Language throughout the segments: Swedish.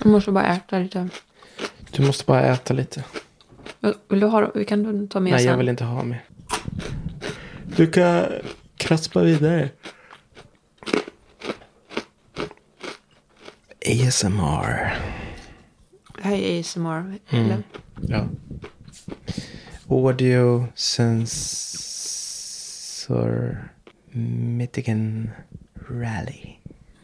Jag måste bara äta lite. Du måste bara äta lite. Vill du ha, vi kan ta med sen. Nej, jag vill inte ha med. Du kan kraspa vidare. ASMR. Hej ASMR. Eller? Ja. Audio Sensor Michigan Rally.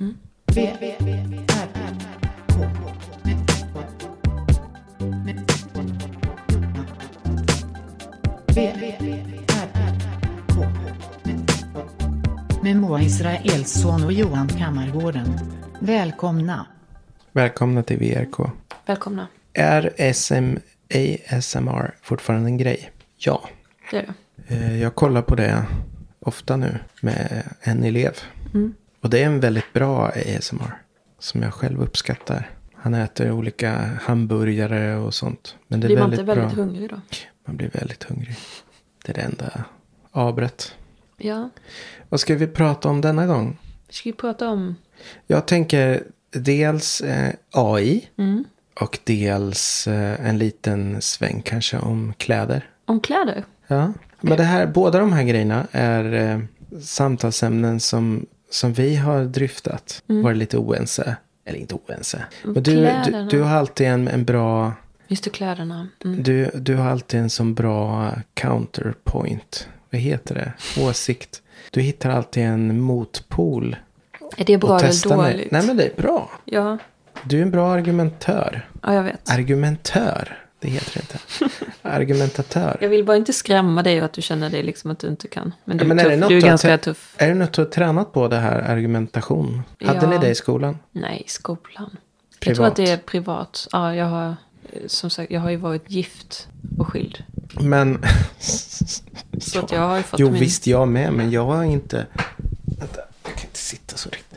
Med Moa Israelsson och Johan Kammargården. Välkomna. Välkomna till VRK. Välkomna. Är ASMR fortfarande en grej? Ja. Det är det. Jag kollar på det ofta nu med en elev. Och det är en väldigt bra ASMR som jag själv uppskattar. Han äter olika hamburgare och sånt. Men det är blir man väldigt inte väldigt bra. hungrig då? Man blir väldigt hungrig. Det är det enda avbrott. Ja. Vad ska vi prata om denna gång? Vi ska ju prata om... Jag tänker dels AI. Och dels en liten sväng kanske om kläder. Om kläder? Ja. Men det här, båda de här grejerna är samtalsämnen som vi har dryftat. Varit lite oense. Eller inte oense. Men du har alltid en bra... Just det, kläderna. Du har alltid en sån bra counterpoint. Vad heter det? Åsikt. Du hittar alltid en motpol. Är det bra eller dåligt? Nej, men det är bra. Ja. Du är en bra argumentör. Ja, jag vet. Argumentör. Det heter det inte. Argumentatör. Jag vill bara inte skrämma dig och att du känner dig liksom att du inte kan. Men du, men du är ganska tuff. Är det något du har tränat på det här argumentation? Hade ni det i skolan? Nej, i skolan. Privat. Jag tror att det är privat. Ja, jag har, som sagt, jag har ju varit gift och skild. Men... Så att jag har ju fått visst jag med, men jag har inte... Vänta, jag kan inte sitta så riktigt.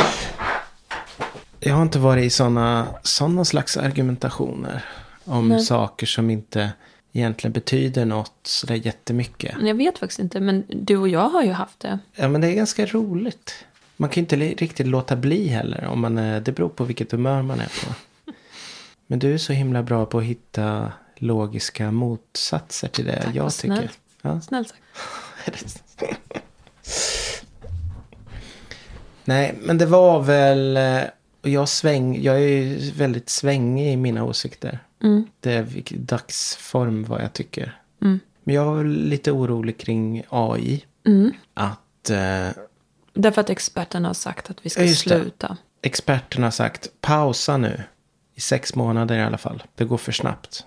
Jag har inte varit i såna slags argumentationer om saker som inte egentligen betyder något så där jättemycket. Jag vet faktiskt inte, men du och jag har ju haft det. Ja, men det är ganska roligt. Man kan inte riktigt låta bli heller. Om det beror på vilket humör man är på. Men du är så himla bra på att hitta logiska motsatser till det. Tack, jag tycker. Snällt. Ja. Snällt sagt. Nej, men det var väl... Jag är ju väldigt svängig i mina åsikter. Det är dagsform vad jag tycker. Men jag var väl lite orolig kring AI. Att... Därför att experterna har sagt att vi ska sluta. Experterna har sagt, pausa nu. I 6 månader i alla fall. Det går för snabbt.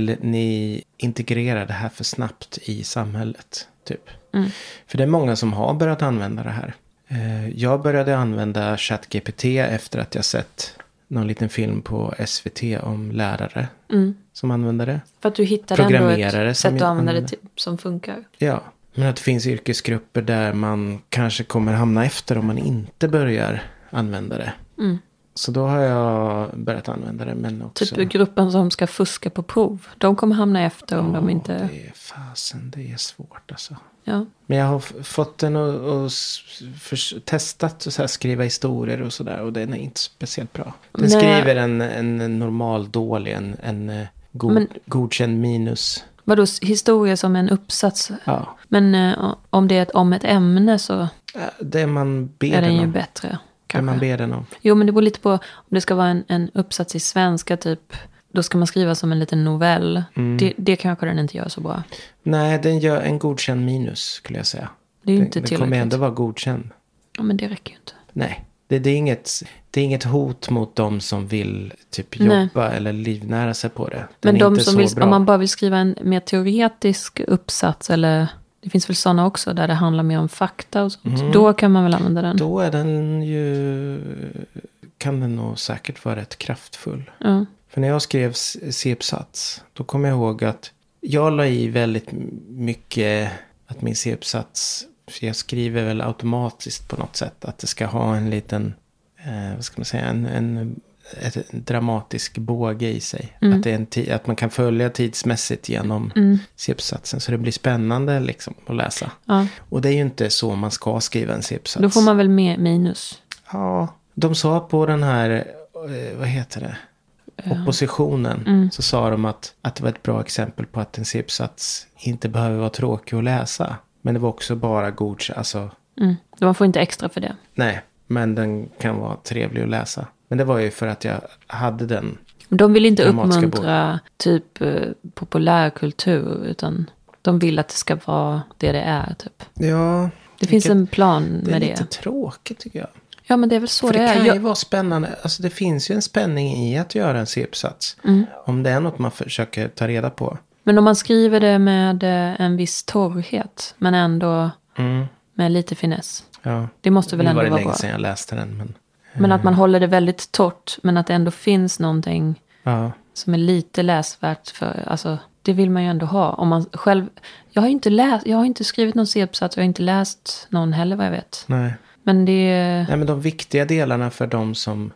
Ni integrerar det här för snabbt i samhället. Typ. För det är många som har börjat använda det här. Jag började använda ChatGPT efter att jag sett någon liten film på SVT om lärare som använder det. För att du hittade ändå ett sätt att använda det som funkar. Ja, men att det finns yrkesgrupper där man kanske kommer hamna efter om man inte börjar använda det. Så då har jag börjat använda det. Men också... Typ gruppen som ska fuska på prov. De kommer hamna efter om de inte... Det är fasen, det är svårt alltså. Ja. Men jag har fått den och testat så här, skriva historier och sådär. Och den är inte speciellt bra. Den skriver en normal dålig, en godkänd minus. Vadå, historia som en uppsats? Ja. Men om det är om ett ämne så det man ber är den ju om. bättre. Det man ber den om. Jo, men det beror lite på om det ska vara en uppsats i svenska typ. Då ska man skriva som en liten novell. Det kanske den inte gör så bra. Nej, den gör en godkänd minus skulle jag säga. Det är ju inte den tillräckligt. kommer ändå vara godkänd. Ja, men det räcker ju inte. Nej, det är inget hot mot dem som vill typ jobba eller livnära sig på det. Den men är de inte som så vill, bra. om man bara vill skriva en mer teoretisk uppsats eller... Det finns väl sådana också där det handlar mer om fakta och sånt. Då kan man väl använda den. Då är den ju... Kan den nog säkert vara rätt kraftfull. Ja. För när jag skrev C-uppsats, då kommer jag ihåg att jag la i väldigt mycket att min C-uppsats, för jag skriver väl automatiskt på något sätt att det ska ha en liten, vad ska man säga, en dramatisk båge i sig. Att, det är att man kan följa tidsmässigt genom C-uppsatsen så det blir spännande liksom att läsa. Ja. Och det är ju inte så man ska skriva en C-uppsats. Då får man väl med minus. Ja, de sa på den här, vad heter det? oppositionen så sa de att det var ett bra exempel på att en C-uppsats inte behöver vara tråkig att läsa. Men det var också bara godkänt. Alltså, Man får inte extra för det. nej, men den kan vara trevlig att läsa. Men det var ju för att jag hade den. De vill inte dramatiska uppmuntra typ populärkultur, utan de vill att det ska vara det är typ. Ja. Det finns en plan med det. Det är lite tråkigt tycker jag. Ja, men det är väl så för det är. Det kan ju vara spännande. Alltså det finns ju en spänning i att göra en C-uppsats. Om det är något man försöker ta reda på. Men om man skriver det med en viss torrhet, men ändå med lite finess. Ja. Det måste väl ändå vara bra. Det var länge sedan jag läste den. Men att man håller det väldigt torrt, men att det ändå finns någonting som är lite läsvärt för, alltså det vill man ju ändå ha. Om man själv, jag har inte skrivit någon C-uppsats, jag har inte läst någon heller vad jag vet. Nej. Men men de viktiga delarna för de som,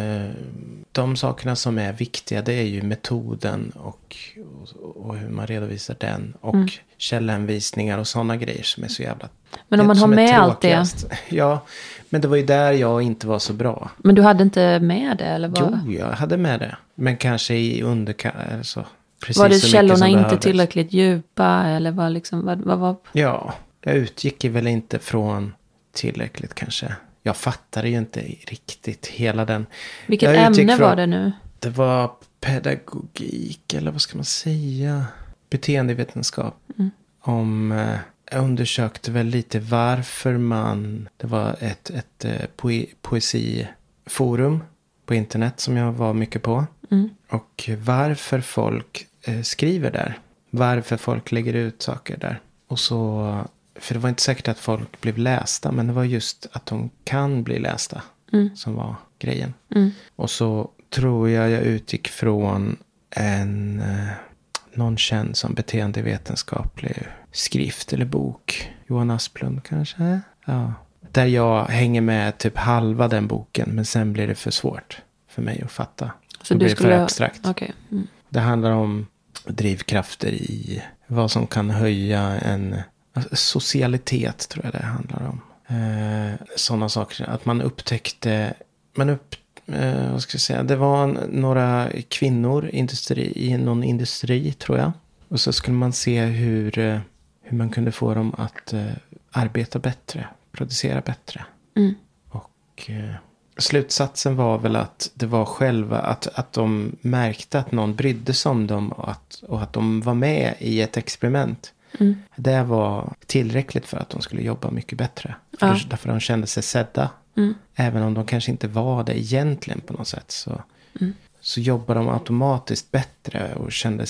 de sakerna som är viktiga, det är ju metoden och hur man redovisar den och källhänvisningar och sådana grejer som är så jävla. Men om man har med allt det. Ja, men det var ju där jag inte var så bra. Men du hade inte med det eller vad? Jo, jag hade med det. Men kanske i underkant, alltså, precis var det så källorna inte behövdes. Tillräckligt djupa eller vad liksom, vad var? Ja, jag utgick väl inte från tillräckligt kanske. Jag fattade ju inte riktigt hela den. Vilket ämne var det nu? Det var pedagogik eller vad ska man säga? Beteendevetenskap. Jag undersökte väl lite varför det var ett poesiforum på internet som jag var mycket på. Och varför folk skriver där. Varför folk lägger ut saker där. Och så, för det var inte säkert att folk blev lästa, men det var just att de kan bli lästa som var grejen. Och så tror jag utgick från någon känd som beteendevetenskaplig skrift eller bok. Johan Asplund kanske? Ja. Där jag hänger med typ halva den boken, men sen blir det för svårt för mig att fatta. Så det blir för abstrakt. Okay. Det handlar om drivkrafter i vad som kan höja socialitet, tror jag det handlar om. Sådana saker. Att man upptäckte, vad ska jag säga, det var några kvinnor i någon industri, tror jag. Och så skulle man se hur man kunde få dem att arbeta bättre, producera bättre. Och slutsatsen var väl att det var själva, att de märkte att någon brydde sig om dem och att de var med i ett experiment. Det var tillräckligt för att de skulle jobba mycket bättre. Därför de kände sig sedda. Även om de kanske inte var det egentligen på något sätt. Så jobbade de automatiskt bättre och kände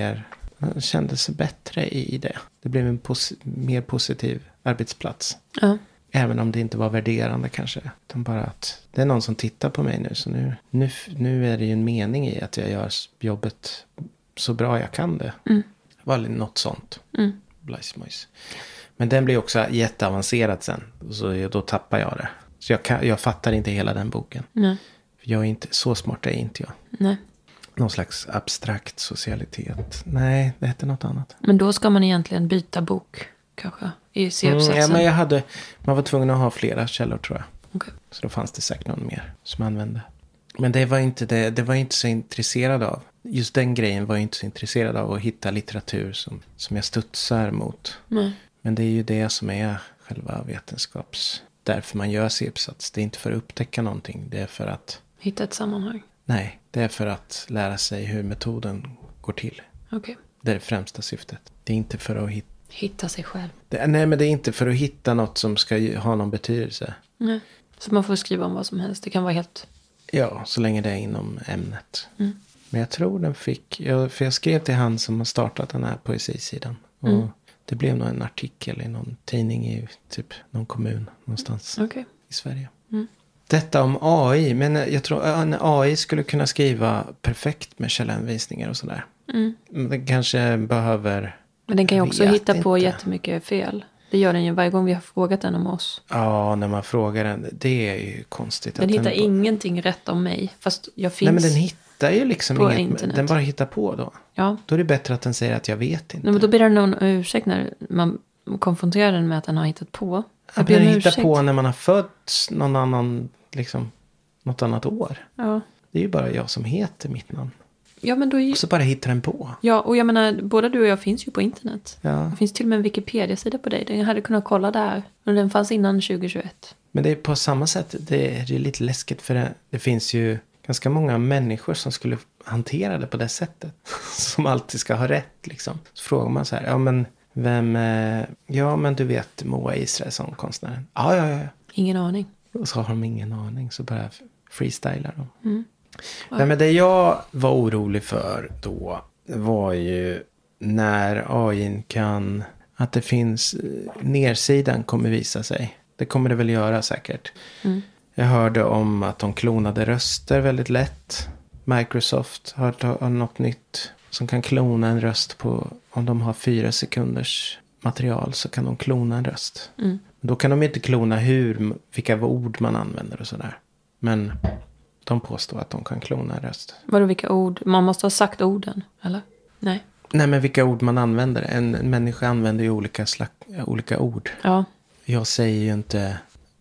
sig bättre i det. Det blev en mer positiv arbetsplats. Även om det inte var värderande kanske. Utan bara att det är någon som tittar på mig nu. Så nu är det ju en mening i att jag gör jobbet så bra jag kan det. Det var något sånt. Blajsmojs. Men den blir också jätteavancerad sen. Så då tappar jag det. Så jag fattar inte hela den boken. Nej. För jag är inte, så smart är inte jag. Nej. Någon slags abstrakt socialitet. Nej, det heter något annat. Men då ska man egentligen byta bok kanske i C-uppsatsen. Ja, men man var tvungen att ha flera källor, tror jag. Okay. Så då fanns det säkert någon mer som jag använde. Men det var jag inte så intresserad av. Just den grejen var jag inte så intresserad av, att hitta litteratur som jag studsar mot. Men det är ju det som är själva därför man gör C-uppsats. Det är inte för att upptäcka någonting. Det är för att hitta ett sammanhang. Nej, det är för att lära sig hur metoden går till. Okay. Det är det främsta syftet. Det är inte för att hitta sig själv. Nej, men det är inte för att hitta något som ska ha någon betydelse. Nej. Så man får skriva om vad som helst. Det kan vara helt... Ja, så länge det är inom ämnet. Men jag tror den för jag skrev till han som har startat den här poesisidan. Och det blev nog en artikel i någon tidning i typ någon kommun någonstans i Sverige. Detta om AI, men jag tror en AI skulle kunna skriva perfekt med källhänvisningar och sådär. Den kanske behöver... Men den kan ju också hitta på jättemycket fel. Det gör den ju varje gång vi har frågat den om oss. Ja, när man frågar den. Det är ju konstigt. Den hittar ingenting rätt om mig. Fast jag finns... Nej, men den hittar ju liksom på inget. internet. Den bara hittar på då. Ja. Då är det bättre att den säger att jag vet inte. Nej, men då blir det någon ursäkt när man konfronterar den med att den har hittat på. Den hittar på när man har fötts någon annan, liksom, något annat år. Ja. Det är ju bara jag som heter mitt namn. Ja, men då är ju... Och så bara hittar den på. Ja, och jag menar, både du och jag finns ju på internet. Ja. Det finns till och med en Wikipedia-sida på dig. Jag hade kunnat kolla där. Och den fanns innan 2021. Men det är på samma sätt, det är lite läskigt för det finns ju ganska många människor som skulle hantera det på det sättet. Som alltid ska ha rätt liksom. Så frågar man så här, ja men vem, ja men du vet Moa Israelsson, konstnären. Ja. Ingen aning. Och så har de ingen aning, så bara freestylar de. Mm. Ja. Nej, men det jag var orolig för då var ju när AI kan, att det finns, nersidan kommer visa sig. Det kommer det väl göra säkert. Mm. Jag hörde om att de klonade röster väldigt lätt. Microsoft har något nytt som kan klona en röst på, om de har 4 sekunders material så kan de klona en röst. Mm. Då kan de inte klona vilka ord man använder och sådär. Men de påstår att de kan klona en röst. Vadå vilka ord? Man måste ha sagt orden, eller? Nej. Nej, men vilka ord man använder. En människa använder ju olika ord. Ja. Jag säger ju inte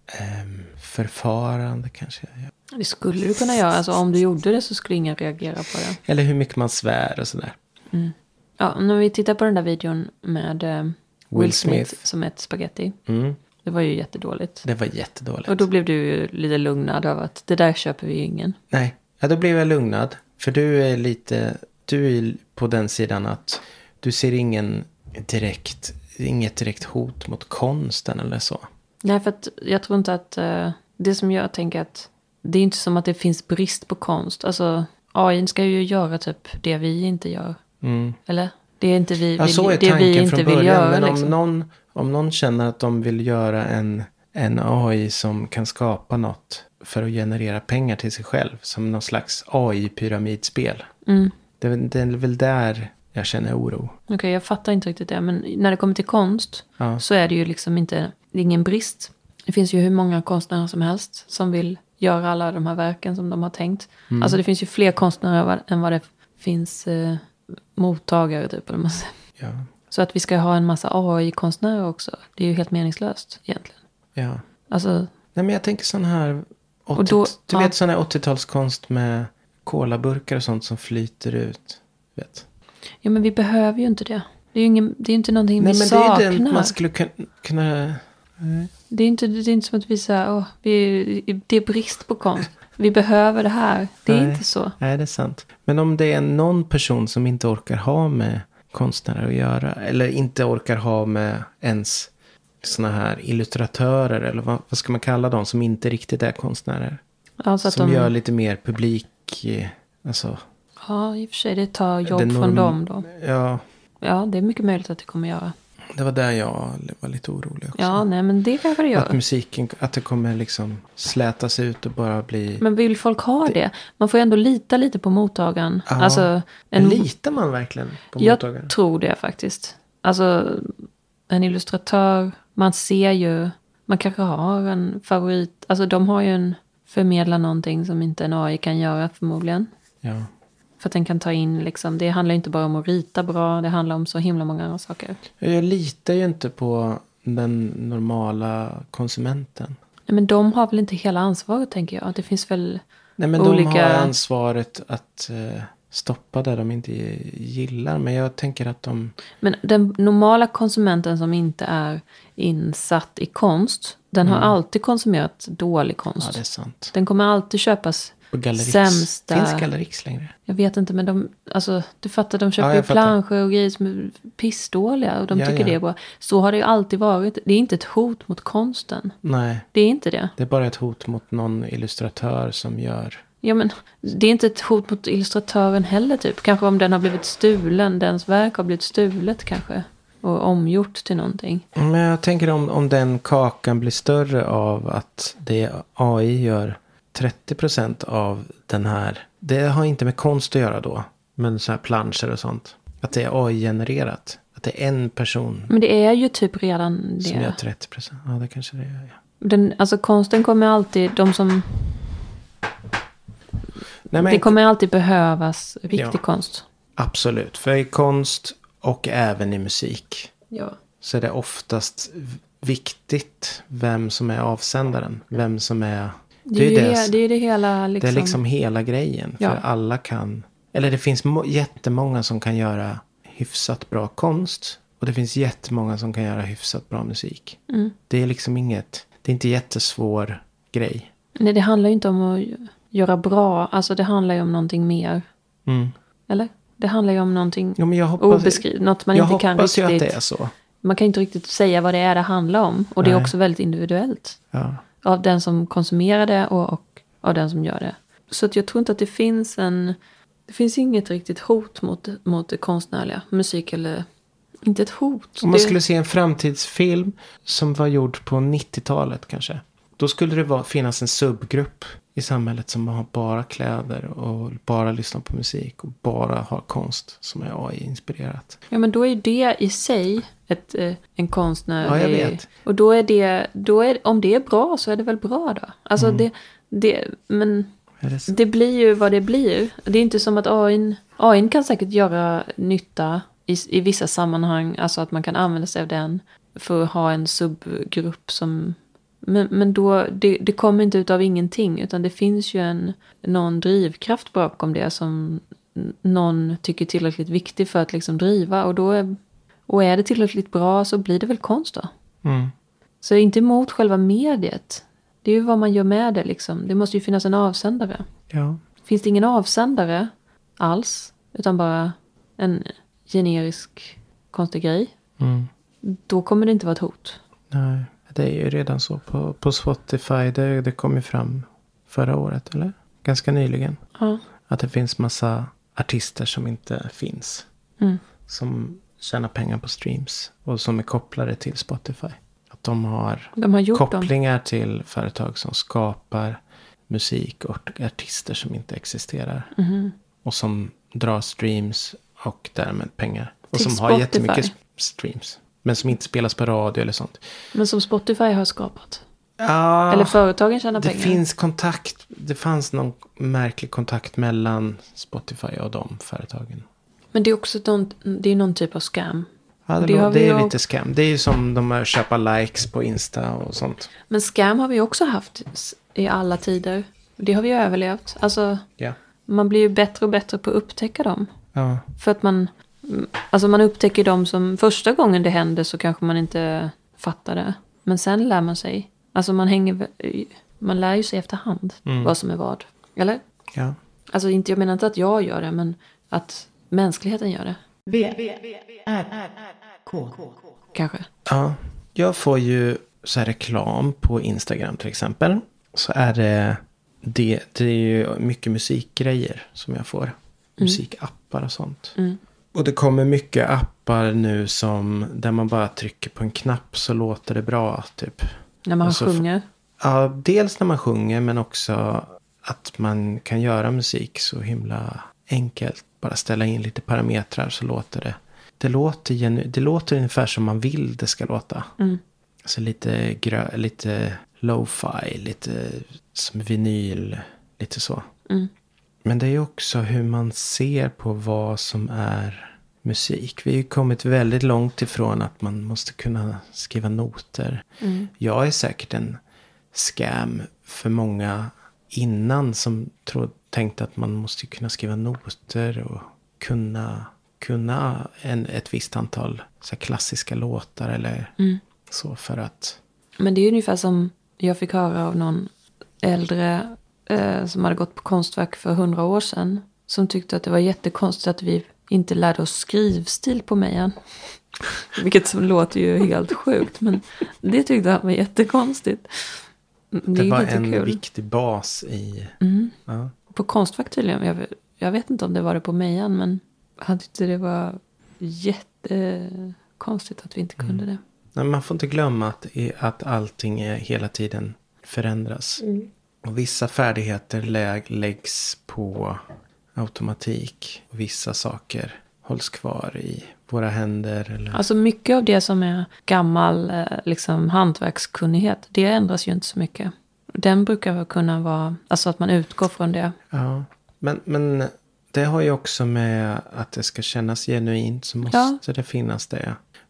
förfarande kanske. Det skulle du kunna göra. Alltså om du gjorde det så skulle ingen reagera på det. Eller hur mycket man svär och sådär. Mm. Ja, när vi tittar på den där videon med Will Smith som ett spaghetti. Mm. Det var ju jättedåligt. Det var jättedåligt. Och då blev du ju lite lugnad av att det där köper vi ju ingen. Nej, ja, då blev jag lugnad. För du är på den sidan att du ser inget direkt hot mot konsten eller så. Nej, för att jag tror inte att det som jag tänker att det är inte som att det finns brist på konst. Alltså AI ska ju göra typ det vi inte gör. Mm. Eller? Det är inte vi, ja, så är det vi inte från vill början, göra. Men liksom. om någon känner att de vill göra en AI som kan skapa något för att generera pengar till sig själv. Som någon slags AI-pyramidspel. Mm. Det är väl där jag känner oro. Okej, jag fattar inte riktigt det. Men när det kommer till konst så är det ju liksom inte, det är ingen brist. Det finns ju hur många konstnärer som helst som vill göra alla de här verken som de har tänkt. Mm. Alltså det finns ju fler konstnärer än vad det finns mottagare typ. Eller Ja. så att vi ska ha en massa AI-konstnärer också. Det är ju helt meningslöst egentligen. Ja. Alltså, Nej, men jag tänker sån här du vet sån här 80-talskonst med kolaburkar och sånt som flyter ut. Vet. ja, men vi behöver ju inte det. Det är ju inte någonting vi saknar. Nej, men det är det man skulle kunna... Det är inte som att vi säger, det är brist på konst. Vi behöver det här. Det är inte så. Nej, det är sant. Men om det är någon person som inte orkar ha med konstnärer att göra. Eller inte orkar ha med ens såna här illustratörer. Eller vad ska man kalla dem som inte riktigt är konstnärer. Ja, så att som gör lite mer publik. Alltså, ja, i och för sig det tar jobb från dem då. Ja. Ja, det är mycket möjligt att det kommer göra. Det var där jag var lite orolig också. Ja, nej, men det kanske det gör. Att musiken, att det kommer liksom slätas ut och bara bli... Men vill folk ha det? Man får ju ändå lita lite på mottagaren. Ja, alltså, litar man verkligen på mottagaren? Jag tror det faktiskt. Alltså, en illustratör, man ser ju, man kanske har en favorit. Alltså, de har ju förmedlar någonting som inte en AI kan göra förmodligen. Ja. För att den kan ta in liksom, det handlar inte bara om att rita bra, det handlar om så himla många andra saker. Jag litar ju inte på den normala konsumenten. Nej, men de har väl inte hela ansvaret, tänker jag. Det finns väl nej, men olika... de har ansvaret att stoppa det de inte gillar. Men jag tänker att de... Men den normala konsumenten som inte är insatt i konst, den har alltid konsumerat dålig konst. Ja, det är sant. Den kommer alltid köpas sämsta... Finns Gallerix längre? Jag vet inte, men du fattar, de köper ju planscher och grejer som är pissdåliga och de tycker det är bra. Så har det ju alltid varit. Det är inte ett hot mot konsten. Nej. Det är inte det. Det är bara ett hot mot någon illustratör som gör... Ja, men det är inte ett hot mot illustratören heller typ. Kanske om den har blivit stulen, dens verk har blivit stulet kanske. Och omgjort till någonting. Men jag tänker om den kakan blir större av att det AI gör 30% av den här. Det har inte med konst att göra då. Men så här planscher och sånt. Att det är AI-genererat. Att det är en person. Men det är ju typ redan det. Som gör 30%. Ja, det kanske det är. Ja. Alltså konsten kommer alltid, de som... Nej, men, det kommer alltid behövas riktig konst. Absolut. För i konst och även i musik. Ja. Så är det oftast viktigt vem som är avsändaren. Vem som är Det är det hela liksom. Det är liksom hela grejen. För alla kan... Eller det finns jättemånga som kan göra hyfsat bra konst. Och det finns jättemånga som kan göra hyfsat bra musik. Mm. Det är liksom inget... Det är inte jättesvår grej. Nej, det handlar ju inte om att göra bra. Alltså det handlar ju om någonting mer. Mm. Eller? Det handlar ju om någonting obeskrivet. Något man inte kan riktigt... Jag hoppas ju att det är så. Man kan inte riktigt säga vad det är det handlar om. Och det är också väldigt individuellt. Ja. Av den som konsumerar det och av den som gör det. Så att jag tror inte att det finns det finns inget riktigt hot mot det konstnärliga. Musik eller... Inte ett hot. Om man skulle se en framtidsfilm som var gjord på 90-talet kanske. Då skulle det finnas en subgrupp i samhället som har bara kläder och bara lyssnar på musik och bara har konst som är AI-inspirerat. Ja, men då är det i sig en konstnär. Ja, jag vet. Och då om det är bra så är det väl bra då. Alltså det blir ju vad det blir. Det är inte som att AI kan säkert göra nytta i vissa sammanhang. Alltså att man kan använda sig av den för att ha en subgrupp som... Men då, det kommer inte ut av ingenting. Utan det finns ju någon drivkraft bakom det som någon tycker är tillräckligt viktig för att liksom driva. Och är det tillräckligt bra så blir det väl konst då. Mm. Så inte emot själva mediet. Det är ju vad man gör med det liksom. Det måste ju finnas en avsändare. Ja. Finns det ingen avsändare alls, utan bara en generisk konstig grej, då kommer det inte vara ett hot. Nej, det är ju redan så på Spotify. Det kom ju fram förra året, eller? Ganska nyligen. Ja. Att det finns massa artister som inte finns. Som tjänar pengar på streams. Och som är kopplade till Spotify. Att de har gjort kopplingar till företag som skapar musik och artister som inte existerar. Och som drar streams och därmed pengar. Och till som Spotify. har jättemycket streams. Men som inte spelas på radio eller sånt. Men som Spotify har skapat. Ja, eller företagen tjänar pengar. Det finns kontakt. Det fanns någon märklig kontakt mellan Spotify och de företagen. Men det är också någon typ av scam. Ja, det är lite scam. Det är ju som de köper likes på Insta och sånt. Men scam har vi också haft i alla tider. Det har vi överlevt. Alltså, man blir ju bättre och bättre på att upptäcka dem. Ja. För att man upptäcker dem som första gången det händer så kanske man inte fattar det. Men sen lär man sig. Alltså man lär ju sig efterhand vad som är vad. Eller? Ja. Alltså jag menar inte att jag gör det, men att mänskligheten gör det. V-R-K. Kanske. Ja. Jag får ju så här reklam på Instagram till exempel. Så är det är ju mycket musikgrejer som jag får. Musikappar och sånt. Och det kommer mycket appar nu där man bara trycker på en knapp så låter det bra typ. När man sjunger? Ja, dels när man sjunger men också att man kan göra musik så himla enkelt. Bara ställa in lite parametrar så låter det. Det låter ungefär som man vill det ska låta. Alltså lite lo-fi, lite som vinyl, lite så. Men det är också hur man ser på vad som är musik. Vi har ju kommit väldigt långt ifrån att man måste kunna skriva noter. Jag är säkert en scam för många innan som tänkte att man måste kunna skriva noter och kunna ett visst antal så klassiska låtar eller så för att... Men det är ungefär som jag fick höra av någon äldre som hade gått på konstverk för 100 år sedan. Som tyckte att det var jättekonstigt att vi inte lärde oss skrivstil på Mejan. Vilket som låter ju helt sjukt. Men det tyckte han var jättekonstigt. Det var en viktig bas i... Ja. På konstverk tydligen. Jag vet inte om det var det på Mejan. Men han tyckte det var jättekonstigt att vi inte kunde det. Nej, man får inte glömma att allting hela tiden förändras. Och vissa färdigheter läggs på automatik. Och vissa saker hålls kvar i våra händer. Eller... Alltså mycket av det som är gammal liksom, hantverkskunnighet. Det ändras ju inte så mycket. Den brukar kunna vara... Alltså att man utgår från det. Ja, men det har ju också med att det ska kännas genuint. Så måste det finnas det.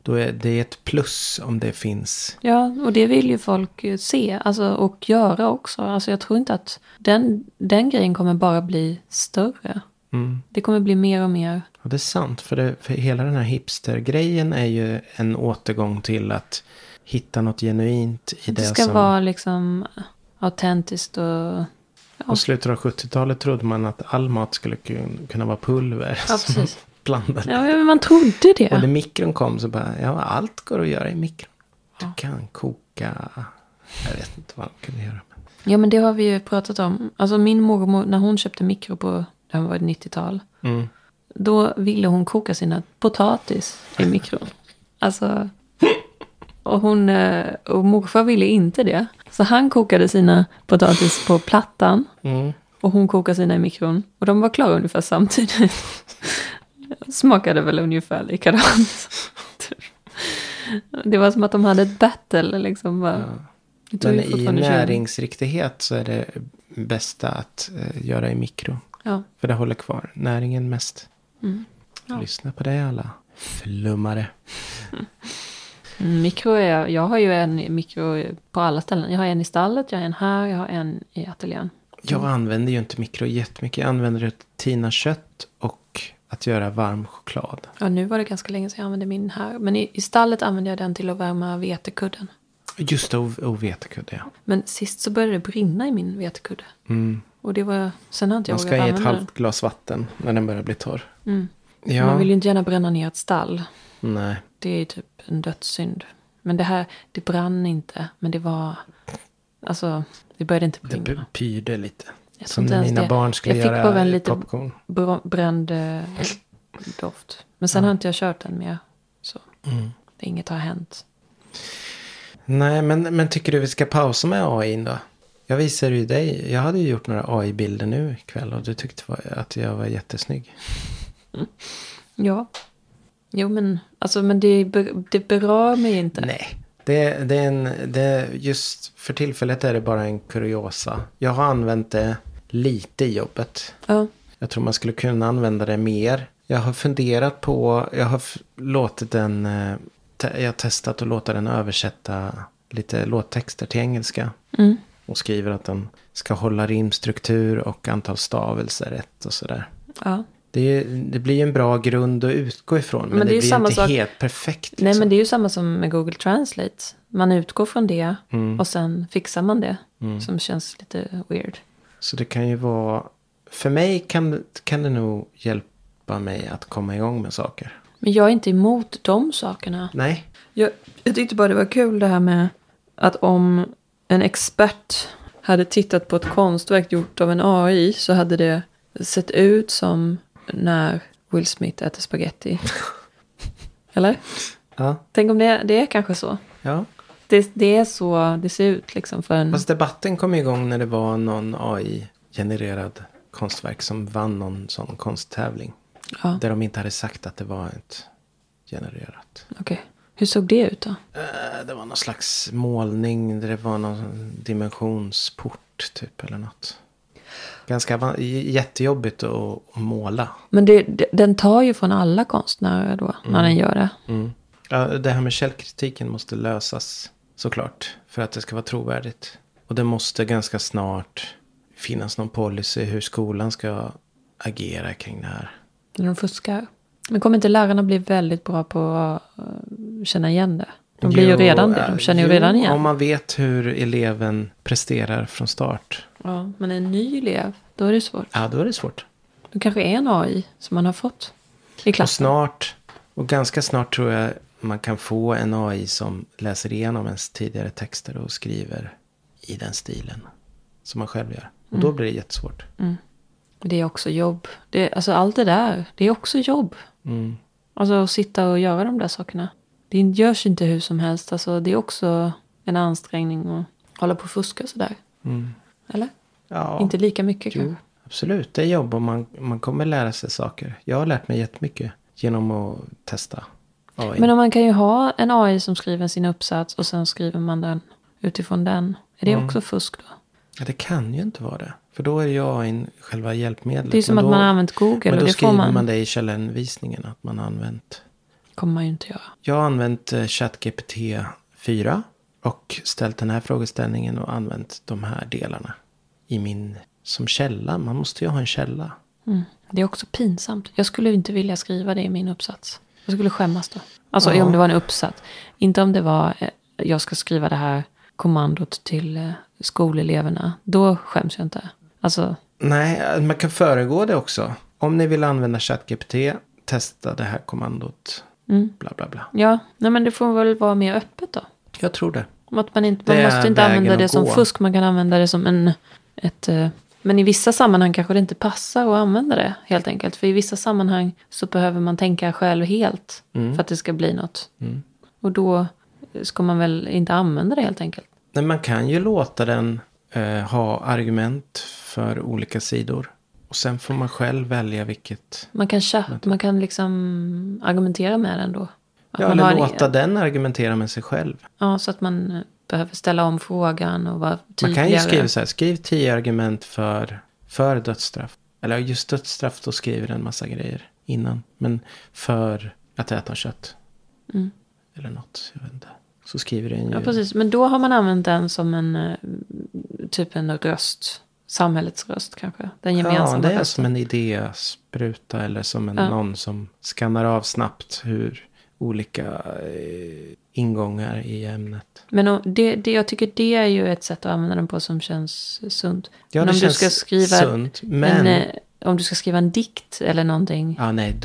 Då är det ett plus om det finns. Ja, och det vill ju folk se och göra också. Alltså jag tror inte att den grejen kommer bara bli större. Det kommer bli mer och mer. Och det är sant, för hela den här hipstergrejen är ju en återgång till att hitta något genuint i det som... Det ska vara liksom autentiskt och... Ja. På slutet av 70-talet trodde man att all mat skulle kunna vara pulver. Ja, som precis. Blandade. Ja, men man trodde det. Och när mikron kom så bara, allt går att göra i mikron. Du kan koka, jag vet inte vad de kunde göra. Ja, men det har vi ju pratat om. Alltså min mormor, när hon köpte mikro på, det var 90-tal. Då ville hon koka sina potatis i mikron. Alltså, och morfar ville inte det. Så han kokade sina potatis på plattan. Och hon kokade sina i mikron. Och de var klara ungefär samtidigt. Smakade väl ungefär likadant. Det var som att de hade ett battle liksom. Men i näringsriktighet så är det bästa att göra i mikro. Ja. För det håller kvar näringen mest. Ja. Lyssna på det alla flummare. Jag har ju en mikro på alla ställen. Jag har en i stallet, jag har en här, jag har en i ateljén. Jag använder ju inte mikro jättemycket. Jag använder det till tina kött och att göra varm choklad. Ja, nu var det ganska länge sedan jag använde min här. Men i stallet använde jag den till att värma vetekudden. Just det, och vetekudde, ja. Men sist så började det brinna i min vetekudde. Och det var, sen har inte jag vågat använda den. Man ska i ett halvt glas vatten när den börjar bli torr. Ja. Man vill ju inte gärna bränna ner ett stall. Nej. Det är ju typ en dödssynd. Men det brann inte. Men det var, alltså, det började inte brinna. Det pyrde lite. Som när mina barn skulle göra popcorn. Jag fick bara en lite bränd doft. Men sen har inte jag kört den mer. Så det inget har hänt. Nej, men tycker du vi ska pausa med AI då? Jag visade ju dig. Jag hade ju gjort några AI-bilder nu ikväll. Och du tyckte att jag var jättesnygg. Ja. Jo, men det berör mig inte. Nej. Just för tillfället är det bara en kuriosa. Jag har använt det lite i jobbet. Ja. Jag tror man skulle kunna använda det mer. Jag har funderat på... Jag har låtit jag har testat att låta den översätta lite låttexter till engelska. Och skriver att den ska hålla rimstruktur och antal stavelser rätt och sådär. Ja. Det blir en bra grund att utgå ifrån. Men det blir inte helt perfekt. Liksom. Nej, men det är ju samma som med Google Translate. Man utgår från det och sen fixar man det. Som känns lite weird. Så det kan ju vara... För mig kan det nog hjälpa mig att komma igång med saker. Men jag är inte emot de sakerna. Nej. Jag tyckte bara det var kul det här med att om en expert hade tittat på ett konstverk gjort av en AI så hade det sett ut som när Will Smith äter spaghetti. Eller? Ja. Tänk om det är kanske så. Ja. Det är så det ser ut liksom för en... Fast debatten kom igång när det var någon AI-genererad konstverk som vann någon sån konsttävling. Ja. Där de inte hade sagt att det var ett genererat. Okej. Hur såg det ut då? Det var någon slags målning. Det var någon dimensionsport typ eller något. Ganska jättejobbigt att måla. Men den tar ju från alla konstnärer då när den gör det. Ja, det här med källkritiken måste lösas såklart. För att det ska vara trovärdigt. Och det måste ganska snart finnas någon policy hur skolan ska agera kring det här. När de fuskar. Men kommer inte lärarna bli väldigt bra på att känna igen det? De blir ju redan det. De känner ju redan igen. Om man vet hur eleven presterar från start. Ja, men en ny elev, då är det svårt. Ja, då är det svårt. Det kanske är en AI som man har fått i klassen. Och ganska snart tror jag man kan få en AI som läser igenom ens tidigare texter och skriver i den stilen som man själv gör. Och då blir det jättesvårt. Det är också jobb. Alltså allt det där, det är också jobb. Alltså att sitta och göra de där sakerna. Det görs inte hur som helst. Alltså det är också en ansträngning att hålla på och fuska sådär. Eller? Ja. Inte lika mycket kanske. Absolut, det är jobb och man kommer lära sig saker. Jag har lärt mig jättemycket genom att testa AI. Men om man kan ju ha en AI som skriver sin uppsats och sen skriver man den utifrån den. Är det också fusk då? Ja, det kan ju inte vara det. För då är det ju AI själva hjälpmedlet. Det är som att man har använt Google. Men då och det skriver får man det i källhänvisningen att man har använt kommer man ju inte göra. Jag har använt ChatGPT 4 och ställt den här frågeställningen och använt de här delarna i min som källa. Man måste ju ha en källa. Det är också pinsamt. Jag skulle inte vilja skriva det i min uppsats. Jag skulle skämmas då. Alltså om det var en uppsats. Inte om det var jag ska skriva det här kommandot till skoleleverna. Då skäms jag inte. Alltså. Nej, man kan föregå det också. Om ni vill använda ChatGPT, testa det här kommandot. Bla bla bla. Ja, nej, men det får väl vara mer öppet då. Jag tror det. Att man måste inte använda det som fusk. Man kan använda det som men i vissa sammanhang kanske det inte passar att använda det helt enkelt. För i vissa sammanhang så behöver man tänka själv helt för att det ska bli något. Och då ska man väl inte använda det helt enkelt. Men man kan ju låta den ha argument för olika sidor. Och sen får man själv välja vilket. Man kan liksom argumentera med den då. Eller låta den argumentera med sig själv. Ja, så att man behöver ställa om frågan och vara tydligare. Man kan ju skriva så här, skriv 10 argument för dödsstraff. Eller just dödsstraff, då skriver den en massa grejer innan. Men för att äta kött. Eller något, jag vet inte. Så skriver den ju. Ja, precis. Men då har man använt den som en typ en röst. Samhällets röst kanske. Den gemensamma det är rösten. som en idéspruta eller som någon som skannar av snabbt hur olika ingångar i ämnet. Men jag tycker det är ju ett sätt att använda den på som känns sunt. Ja, men det om känns du ska skriva sunt. Men om du ska skriva en dikt eller någonting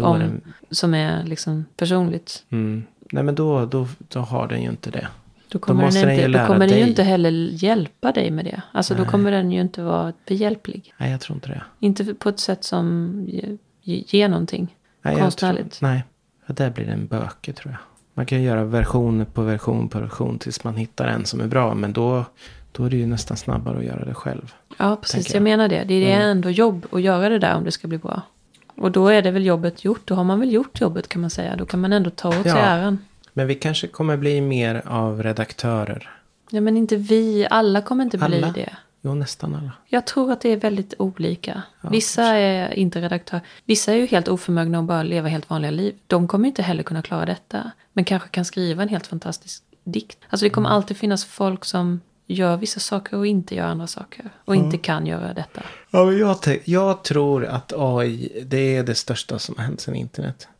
som är liksom personligt. Nej, men då har den ju inte det. Då kommer den ju inte heller hjälpa dig med det. Alltså då kommer den ju inte vara behjälplig. Nej, jag tror inte det. Inte på ett sätt som ger någonting konstnärligt. Nej, där blir det en böke tror jag. Man kan göra version på version tills man hittar en som är bra. Men då är det ju nästan snabbare att göra det själv. Ja, precis. Jag menar det. Det är ändå jobb att göra det där om det ska bli bra. Och då är det väl jobbet gjort. Då har man väl gjort jobbet kan man säga. Då kan man ändå ta åt sig äran. Men vi kanske kommer bli mer av redaktörer. Ja, men inte vi. Alla kommer inte bli det. Jo, nästan alla. Jag tror att det är väldigt olika. Vissa är inte redaktörer. Vissa är ju helt oförmögna att bara leva helt vanliga liv. De kommer inte heller kunna klara detta. Men kanske kan skriva en helt fantastisk dikt. Alltså det kommer alltid finnas folk som gör vissa saker och inte gör andra saker. Och inte kan göra detta. Ja, men jag tror att AI, det är det största som har hänt sedan internet.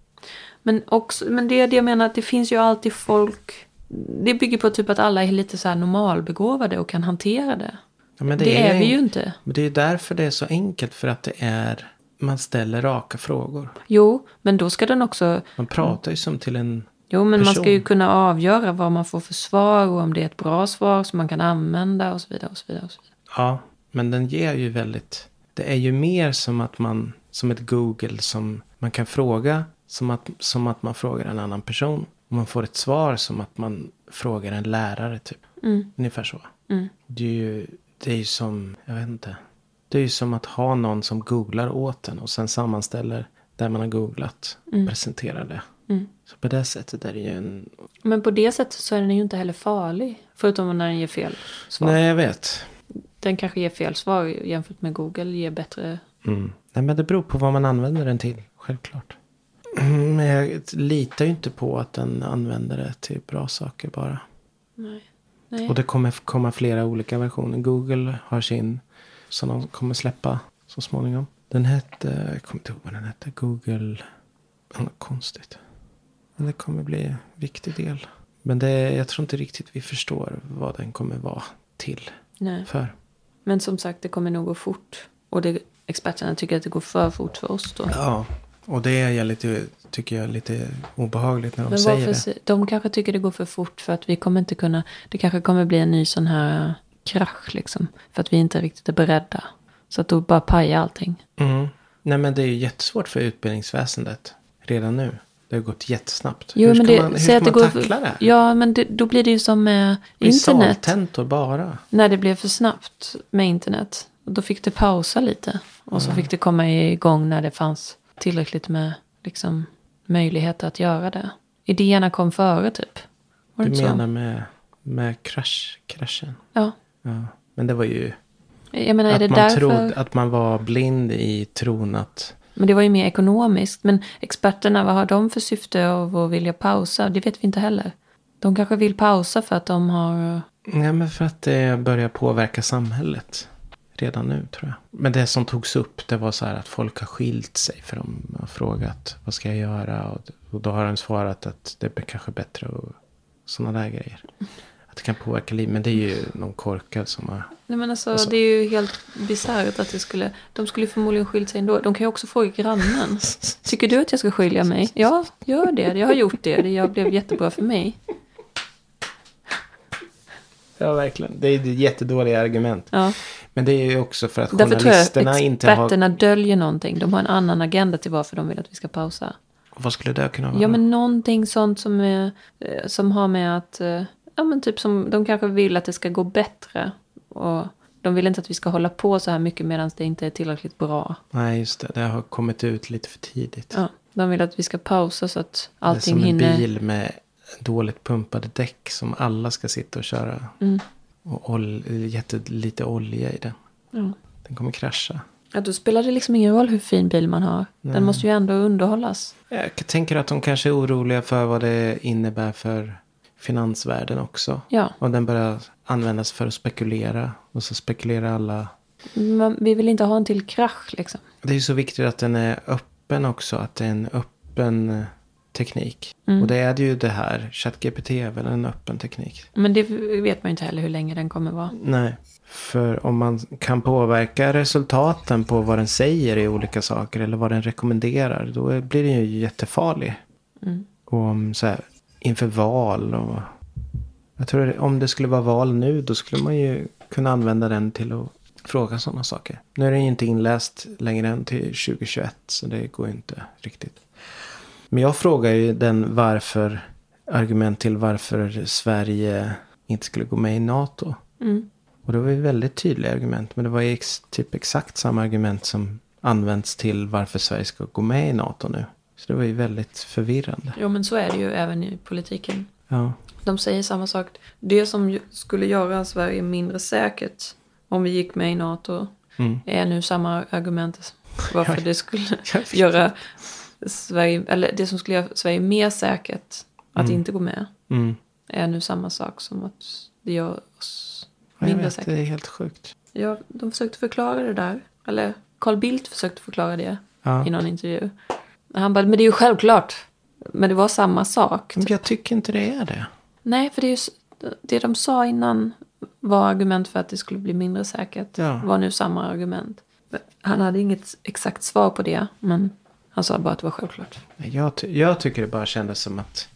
Men det är det jag menar, att det finns ju alltid folk. Det bygger på typ att alla är lite så här normalbegåvade och kan hantera det. Ja, men det är vi ju inte. Men det är därför det är så enkelt, för att man ställer raka frågor. Jo, men då ska den också. Man pratar ju som till en Jo, men person. Man ska ju kunna avgöra vad man får för svar och om det är ett bra svar som man kan använda och så vidare och så vidare och så vidare. Ja, men den ger ju väldigt. Det är ju mer som att som ett Google som man kan fråga. Som att man frågar en annan person. Och man får ett svar som att man frågar en lärare typ. Ungefär så. Det är ju som, jag vet inte. Det är ju som att ha någon som googlar åt en. Och sen sammanställer där man har googlat. Och presenterar det. Så på det sättet är det ju en. Men på det sättet så är den ju inte heller farlig. Förutom när den ger fel svar. Nej, jag vet. Den kanske ger fel svar jämfört med Google. Ger bättre. Nej, men det beror på vad man använder den till. Självklart. Men jag litar ju inte på att den använder det till bra saker bara. Nej. Och det kommer komma flera olika versioner. Google har sin som de kommer släppa så småningom. Den hette, jag kommer inte ihåg vad den hette. Google, något konstigt. Men det kommer bli en viktig del. Men jag tror inte riktigt vi förstår vad den kommer vara till. Nej. För. Men som sagt, det kommer nog gå fort. Och experterna tycker att det går för fort för oss då. Ja. Och det är tycker jag lite obehagligt när de säger det. De kanske tycker det går för fort för att vi kommer inte kunna. Det kanske kommer bli en ny sån här krasch liksom. För att vi inte riktigt är beredda. Så att då bara pajar allting. Nej, men det är ju jättesvårt för utbildningsväsendet redan nu. Det har gått jättesnabbt. Jo, hur ska man tackla det? Ja, men då blir det ju som med internet. Saltentor bara. När det blev för snabbt med internet. Och då fick det pausa lite. Och så fick det komma igång när det fanns tillräckligt med liksom, möjligheter att göra det. Idéerna kom före typ. Var du det menar med kraschen? Ja. Men det var ju. Jag menar, att man trodde att man var blind i tron att Men det var ju mer ekonomiskt. Men experterna, vad har de för syfte av att vilja pausa? Det vet vi inte heller. De kanske vill pausa för att de har... Ja, men för att det börjar påverka samhället redan nu, tror jag. Men det som togs upp, det var så här att folk har skilt sig. För de har frågat, vad ska jag göra? Och då har de svarat att det är kanske bättre och sådana där grejer. Att det kan påverka liv. Men det är ju någon korkad som har... Nej, men alltså, det är ju helt bisarrt att de skulle förmodligen skilt sig ändå. De kan ju också fråga grannen. Tycker du att jag ska skilja mig? Ja, gör det. Jag har gjort det. Det blev jättebra för mig. Ja, verkligen. Det är ett jättedåliga argument. Ja. Men det är ju också för att journalisterna inte har... Experterna döljer någonting. De har en annan agenda till varför de vill att vi ska pausa. Vad skulle det kunna vara? Ja, men någonting sånt som har med att... Ja, men typ som de kanske vill att det ska gå bättre. Och de vill inte att vi ska hålla på så här mycket medan det inte är tillräckligt bra. Nej, just det. Det har kommit ut lite för tidigt. Ja, de vill att vi ska pausa så att allting hinner... Det är som hinner... en bil med dåligt pumpade däck som alla ska sitta och köra. Mm. Och jättelite olja i den. Ja. Den kommer krascha. Ja, då spelar det liksom ingen roll hur fin bil man har. Nej. Den måste ju ändå underhållas. Jag tänker att de kanske är oroliga för vad det innebär för finansvärlden också. Ja. Och den börjar användas för att spekulera. Och så spekulerar alla. Vi vill inte ha en till krasch liksom. Det är ju så viktigt att den är öppen också. Att det är en öppen teknik. Mm. Och det är ju det här. ChatGPT är väl en öppen teknik. Men det vet man ju inte heller hur länge den kommer vara. Nej. För om man kan påverka resultaten på vad den säger i olika saker. Eller vad den rekommenderar. Då blir den ju jättefarlig. Mm. Och om så här, inför val. Och jag tror om det skulle vara val nu. Då skulle man ju kunna använda den till att fråga sådana saker. Nu är den ju inte inläst längre än till 2021. Så det går ju inte riktigt. Men jag frågar ju den argument till varför Sverige inte skulle gå med i NATO. Mm. Och det var ju väldigt tydliga argument. Men det var ju typ exakt samma argument som används till varför Sverige ska gå med i NATO nu. Så det var ju väldigt förvirrande. Jo, men så är det ju även i politiken. Ja. De säger samma sak. Det som skulle göra Sverige mindre säkert om vi gick med i NATO är nu samma argument varför det skulle göra Sverige, eller det som skulle göra Sverige mer säkert att inte gå med är nu samma sak som att det gör oss mindre säkert. Det är helt sjukt. Ja, de försökte förklara det där. Eller Carl Bildt försökte förklara det i någon intervju. Han bara, men det är ju självklart. Men det var samma sak. Men jag tycker inte det är det. Nej, för det är ju det de sa innan var argument för att det skulle bli mindre säkert. Ja. Var nu samma argument. Han hade inget exakt svar på det, men han sa bara att det var självklart. Jag tycker det bara kändes som att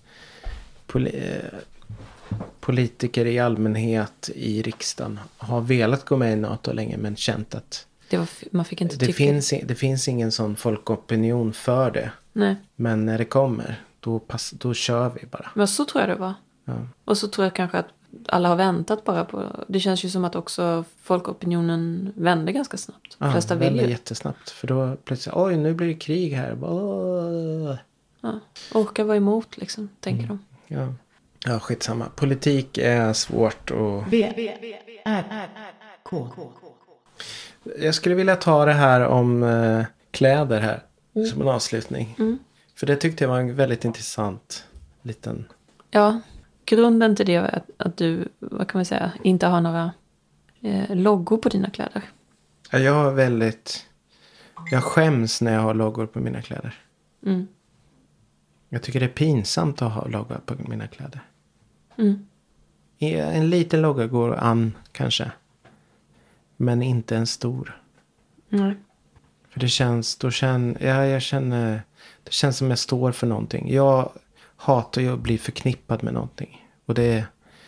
politiker i allmänhet i riksdagen har velat gå med i NATO länge, men känt att man fick inte tycka. Det finns ingen sån folkopinion för det. Nej. Men när det kommer, då kör vi bara. Men så tror jag det var. Ja. Och så tror jag kanske att alla har väntat bara på... Det känns ju som att också folkopinionen vände ganska snabbt. Ja, flesta vill ju. Jättesnabbt. För då plötsligt, oj, nu blir det krig här. Ja, orkar vara emot liksom, tänker de. Ja, skitsamma. Politik är svårt och... K. Jag skulle vilja ta det här om kläder här. Som en avslutning. För det tyckte jag var en väldigt intressant liten... Ja, grunden till det är att du, vad kan man säga, inte har några loggor på dina kläder. Jag skäms när jag har loggor på mina kläder. Mm. Jag tycker det är pinsamt att ha loggor på mina kläder. Mm. En liten logga går an kanske. Men inte en stor. Nej. För det känns, det känns som jag står för någonting. Jag hatar ju att bli förknippad med någonting. Och det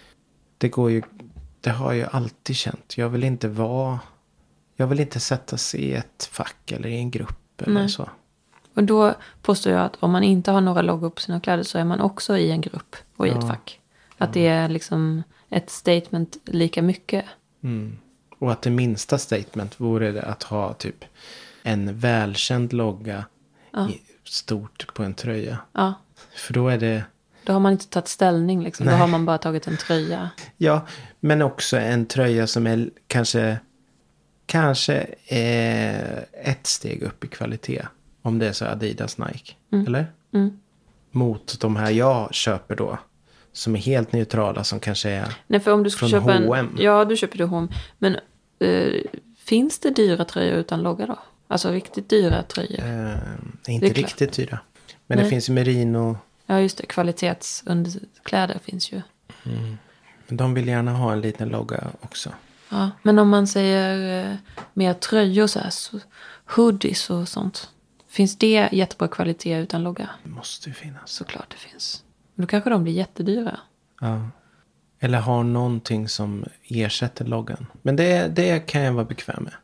har jag alltid känt. Jag vill inte sättas i ett fack eller i en grupp eller så. Och då påstår jag att om man inte har några loggor på sina kläder så är man också i en grupp och i ett fack. Att det är liksom ett statement lika mycket. Mm. Och att det minsta statement vore det att ha typ en välkänd logga stort på en tröja. Ja. För då är det... Då har man inte tagit ställning liksom. Då har man bara tagit en tröja. Ja, men också en tröja som är kanske ett steg upp i kvalitet. Om det är så Adidas, Nike. Mm. Eller? Mm. Mot de här jag köper då. Som är helt neutrala, som kanske är Nej, för om du ska från köpa H&M. Ja, du köper det H&M. Men finns det dyra tröjor utan logga då? Alltså riktigt dyra tröjor? Inte riktigt dyra. Men det finns ju merino. Ja, just det. Kvalitetsunderkläder finns ju. Mm. Men de vill gärna ha en liten logga också. Ja, men om man säger mer tröjor så här, så hoodies och sånt. Finns det jättebra kvalitet utan logga? Det måste ju finnas. Såklart det finns. Men då kanske de blir jättedyra. Ja. Eller har någonting som ersätter loggan. Men det kan jag vara bekväm med.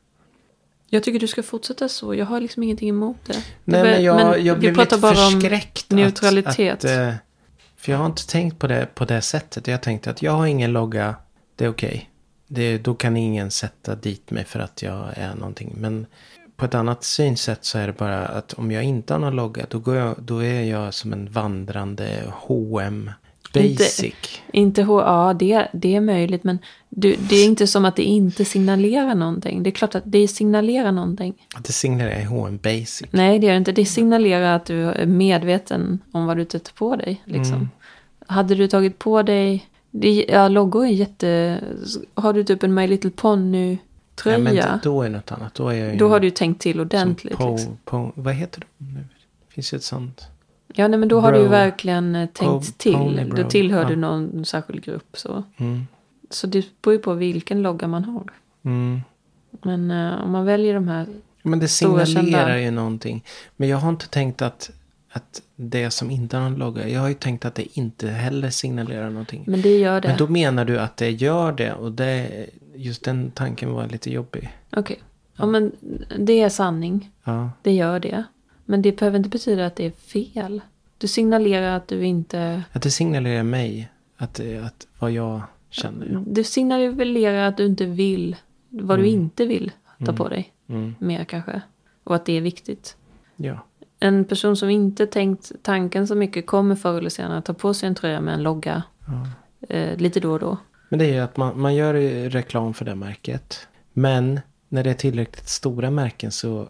Jag tycker du ska fortsätta så. Jag har liksom ingenting emot det. Nej, men jag blev lite förskräckt. Neutralitet. För jag har inte tänkt på det sättet. Jag tänkte att jag har ingen logga. Det är okej. Då kan ingen sätta dit mig för att jag är någonting. Men på ett annat synsätt så är det bara att om jag inte har någon logga. Då är jag som en vandrande H&M basic. Ja, det är möjligt. Men det är inte som att det inte signalerar någonting. Det är klart att det signalerar någonting. Att det signalerar H&M basic. Nej, det gör det inte. Det signalerar att du är medveten om vad du tar på dig. Liksom. Mm. Hade du tagit på dig... loggor är jätte... Har du typ en My Little Pony-tröja? Ja, men då är det något annat. Då har du tänkt till ordentligt. Vad heter det nu? Finns ju ett sånt... Ja, nej, men då har du ju verkligen tänkt till. Då tillhör du någon särskild grupp. Så. Mm. Så det beror ju på vilken logga man har. Mm. Men om man väljer de här... Men det signalerar ju någonting. Men jag har inte tänkt att det som inte har någon logga. Jag har ju tänkt att det inte heller signalerar någonting. Men det gör det. Men då menar du att det gör det. Och just den tanken var lite jobbig. Okej. Ja, men det är sanning. Ja. Det gör det. Men det behöver inte betyda att det är fel. Du signalerar att du inte... Att det signalerar mig. Att vad jag känner. Ja. Du signalerar att du inte vill. Vad du inte vill ta på dig. Mer kanske. Och att det är viktigt. Ja. En person som inte tänkt tanken så mycket kommer förr eller senare att ta på sig en tröja med en logga. Lite då och då. Men det är ju att man gör reklam för det märket. Men när det är tillräckligt stora märken så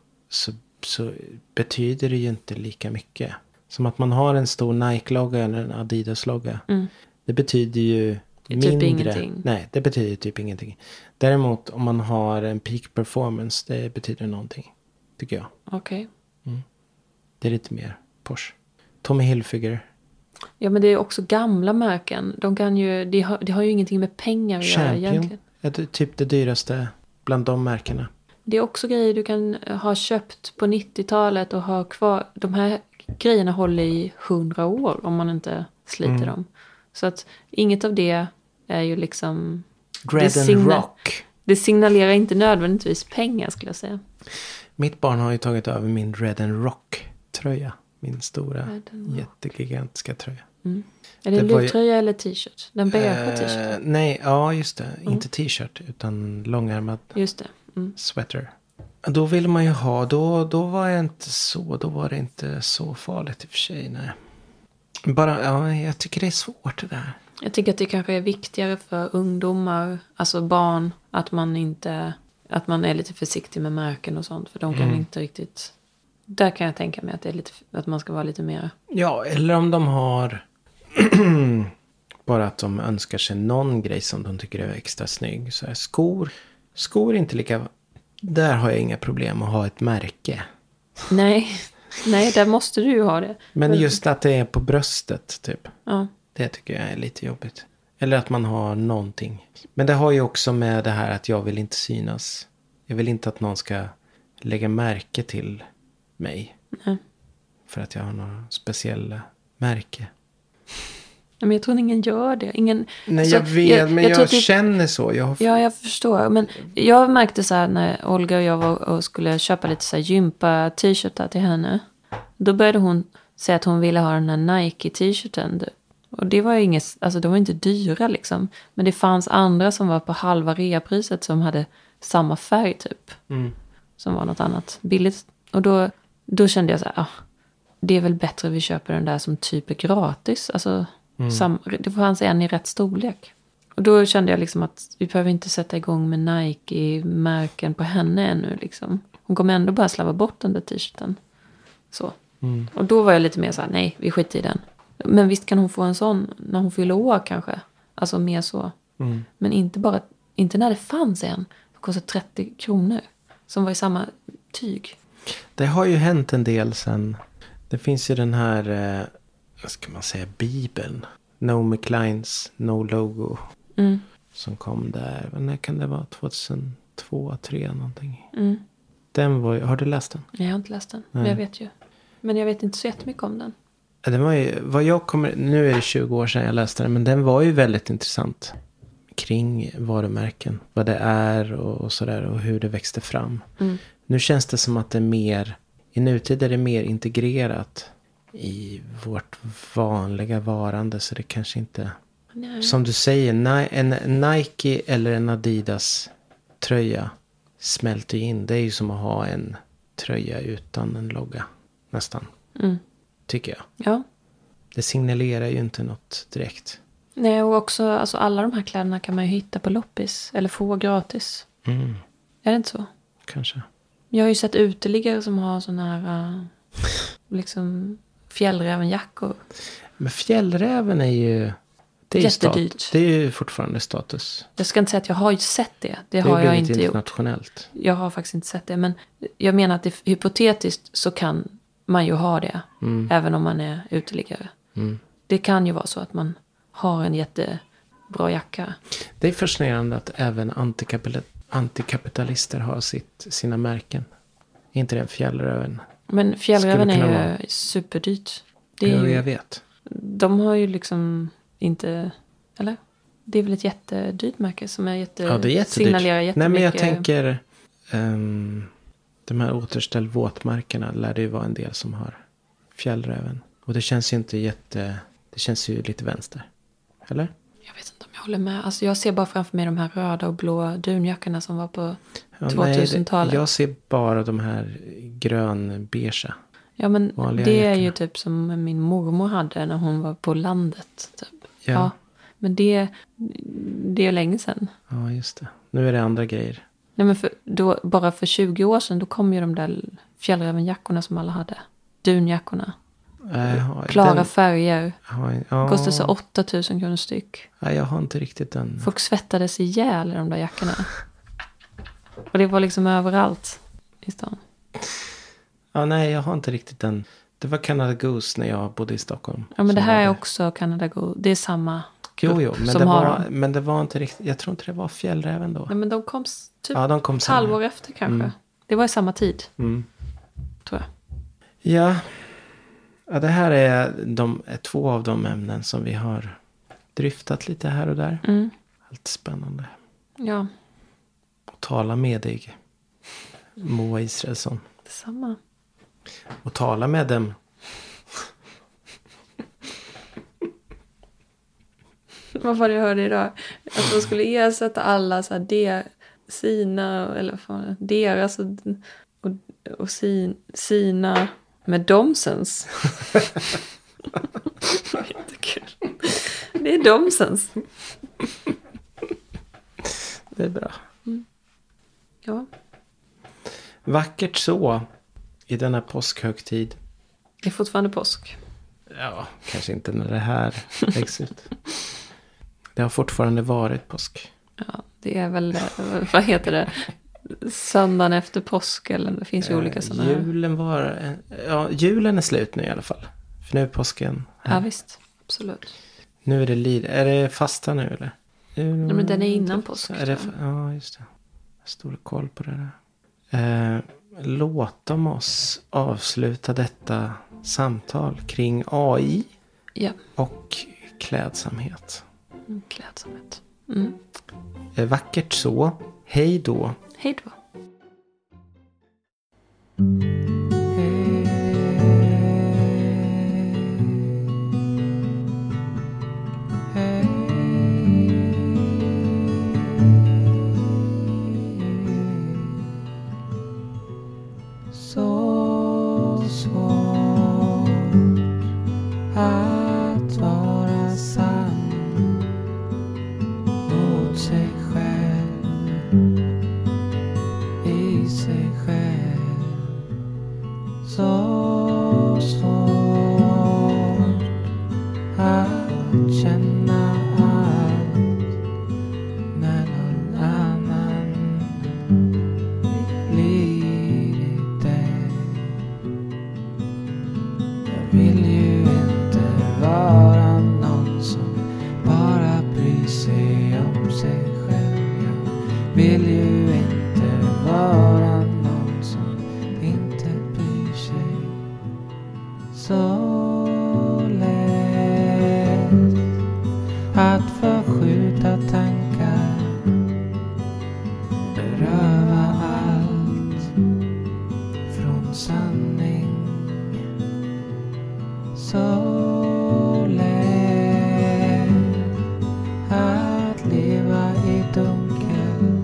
betyder det ju inte lika mycket. Som att man har en stor Nike-logga eller en Adidas-logga. Mm. Det betyder ju mindre. Typ ingenting. Nej, det betyder typ ingenting. Däremot om man har en peak performance, det betyder någonting. Tycker jag. Okej. Mm. Det är lite mer Porsche. Tommy Hilfiger. Ja, men det är också gamla märken. Det har ju ingenting med pengar att göra egentligen. Champion är typ det dyraste bland de märkena. Det är också grejer du kan ha köpt på 90-talet och ha kvar. De här grejerna håller i 100 år om man inte sliter dem. Så att inget av det är ju liksom... Red and Rock. Det signalerar inte nödvändigtvis pengar, skulle jag säga. Mitt barn har ju tagit över min Red and Rock-tröja. Min stora, jättegigantiska tröja. Mm. Är det en luvtröja eller t-shirt? Den beige t-shirt? Nej, ja just det. Inte t-shirt utan långärmad sweater. Då vill man ju ha, då var det inte så farligt i och för sig, nej. Bara, jag tycker det är svårt det där. Jag tycker att det kanske är viktigare för ungdomar, alltså barn, att man är lite försiktig med märken och sånt. För de kan inte riktigt, där kan jag tänka mig att det är lite, att man ska vara lite mer. Ja, eller om de har bara att de önskar sig någon grej som de tycker är extra snygg. Så här, skor är inte lika, där har jag inga problem att ha ett märke. Nej, där måste du ju ha det. Men just att det är på bröstet typ. Ja. Det tycker jag är lite jobbigt. Eller att man har någonting. Men det har ju också med det här att jag vill inte synas. Jag vill inte att någon ska lägga märke till mig. Nej. För att jag har några speciella märke. Men jag tror ingen gör det. Nej, jag vet, men jag känner så. Ja, jag förstår. Men jag märkte så här när Olga och jag var och skulle köpa lite så här gympa-t-shirtar till henne. Då började hon säga att hon ville ha den här Nike-t-shirten. Och det var inget, alltså de var inte dyra liksom. Men det fanns andra som var på halva reapriset som hade samma färg typ. Mm. Som var något annat billigt. Och då kände jag så här, det är väl bättre vi köper den där som typ är gratis. Alltså, det fanns en i rätt storlek. Och då kände jag liksom att vi behöver inte sätta igång med Nike-märken på henne ännu liksom. Hon kommer ändå bara slarva bort den där t-shirten. Så. Och då var jag lite mer så här, nej, vi skiter i den. Men visst kan hon få en sån när hon fyller år kanske. Alltså mer så. Men inte när det fanns en. Det kostade 30 kronor. Som var i samma tyg. Det har ju hänt en del sen. Det finns ju den här, vad ska man säga, Bibeln. Naomi Kleins No Logo. Som kom där. När kan det vara? 2002, 2003 någonting. Den var ju, har du läst den? Nej, jag har inte läst den. Men jag vet ju. Men jag vet inte så jättemycket om den. Den var ju, nu är det 20 år sedan jag läste den. Men den var ju väldigt intressant. Kring varumärken. Vad det är och sådär. Och hur det växte fram. Nu känns det som att det är mer, i nutid är det mer integrerat i vårt vanliga varande. Så det kanske inte, som du säger, en Nike eller en Adidas tröja smälter in. Det är ju som att ha en tröja utan en logga. Nästan. Tycker jag. Ja. Det signalerar ju inte något direkt. Nej, och också alltså alla de här kläderna kan man ju hitta på loppis. Eller få gratis. Är det inte så? Kanske. Jag har ju sett uteliggare som har såna här liksom fjällrävenjackor. Men fjällräven är ju, det är jättedyrt. Det är ju fortfarande status. Jag ska inte säga att jag har ju sett det. Det har jag inte gjort. Internationellt. Jag har faktiskt inte sett det. Men jag menar att det, hypotetiskt så kan man ju ha det. Även om man är uteliggare. Det kan ju vara så att man har en jättebra jacka. Det är fascinerande att även antikapitalister har sina märken. Inte den fjällräven. Men fjällräven är ju superdyrt. Det är jag vet. De har ju liksom inte, eller? Det är väl ett jättedyrt märke som är signalerar jättemycket. Nej, men jag tänker de här återställ våtmarkerna lär det ju vara en del som har fjällräven. Och det känns ju inte det känns ju lite vänster. Eller? Jag vet inte om jag håller med. Alltså jag ser bara framför mig de här röda och blå dunjackorna som var på 2000-talet. Jag ser bara de här grönbeige. Ja, men det är ju typ som min mormor hade när hon var på landet. Typ. Ja. Men det är länge sedan. Ja, just det. Nu är det andra grejer. Nej, men bara för 20 år sedan då kom ju de där fjällrävenjackorna som alla hade. Dunjackorna. Klara färger. Kostade så 8 000 kronor styck. Nej, jag har inte riktigt den. Folk svettades ihjäl i de där jackorna. Och det var liksom överallt i stan. Ja, nej, jag har inte riktigt den. Det var Canada Goose när jag bodde i Stockholm. Ja, men det här är också Canada Goose. Det är samma. Jo, men det var inte riktigt. Jag tror inte det var fjällräven då. Nej, men de kom typ ett halvår efter kanske. Det var i samma tid. Tror jag. Ja, det här är 2 av de ämnen som vi har dryftat lite här och där. Allt spännande. Ja. Och tala med dig, Moa Israelsson. Detsamma. Och tala med dem. Vad var det jag hörde idag? Att de skulle ersätta alla så här sina eller deras och sina med domsens. Jättekul. Det är domsens. Det är bra. Ja. Vackert så i denna påskhögtid. Det är fortfarande påsk. Ja, kanske inte när det här läggs ut. Det har fortfarande varit påsk. Ja, det är väl, vad heter det? Söndagen efter påsk, eller det finns ju olika sådana här. Julen är slut nu i alla fall. För nu är påsken här. Ja, visst. Absolut. Nu är det fasta nu eller? Nej, men den är innan påsk. Ja, just det. Jag står koll på det där. Låt oss avsluta detta samtal kring AI. Ja. Och klädsamhet. Klädsamhet. Vackert så. Hej då. Hej då. Så svårt att vara sann mot sig själv, i sig själv. svårt att känna allt när någon annan blir dig. Jag vill ju inte vara någon som bara bryr sig om sig själv. Jag vill ju inte vara någon som inte bryr sig. Så lätt att förskjuta tankar, beröva allt från sanning. Så lätt att leva i dunkel,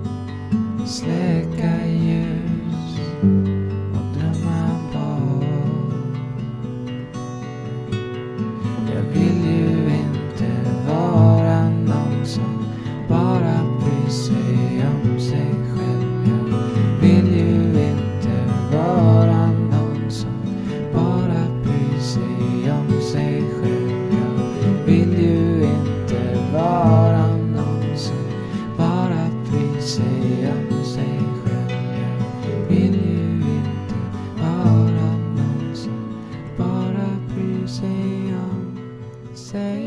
släcka ljus och drömma bort. Jag vill ju inte vara någon som bara bryr sig om sig själv. Jag vill ju inte vara någon som bara bryr sig om sig själv. Jag vill ju inte vara någon som bara bryr sig om sig själv. Jag vill ju inte vara någon som bara bryr sig om sig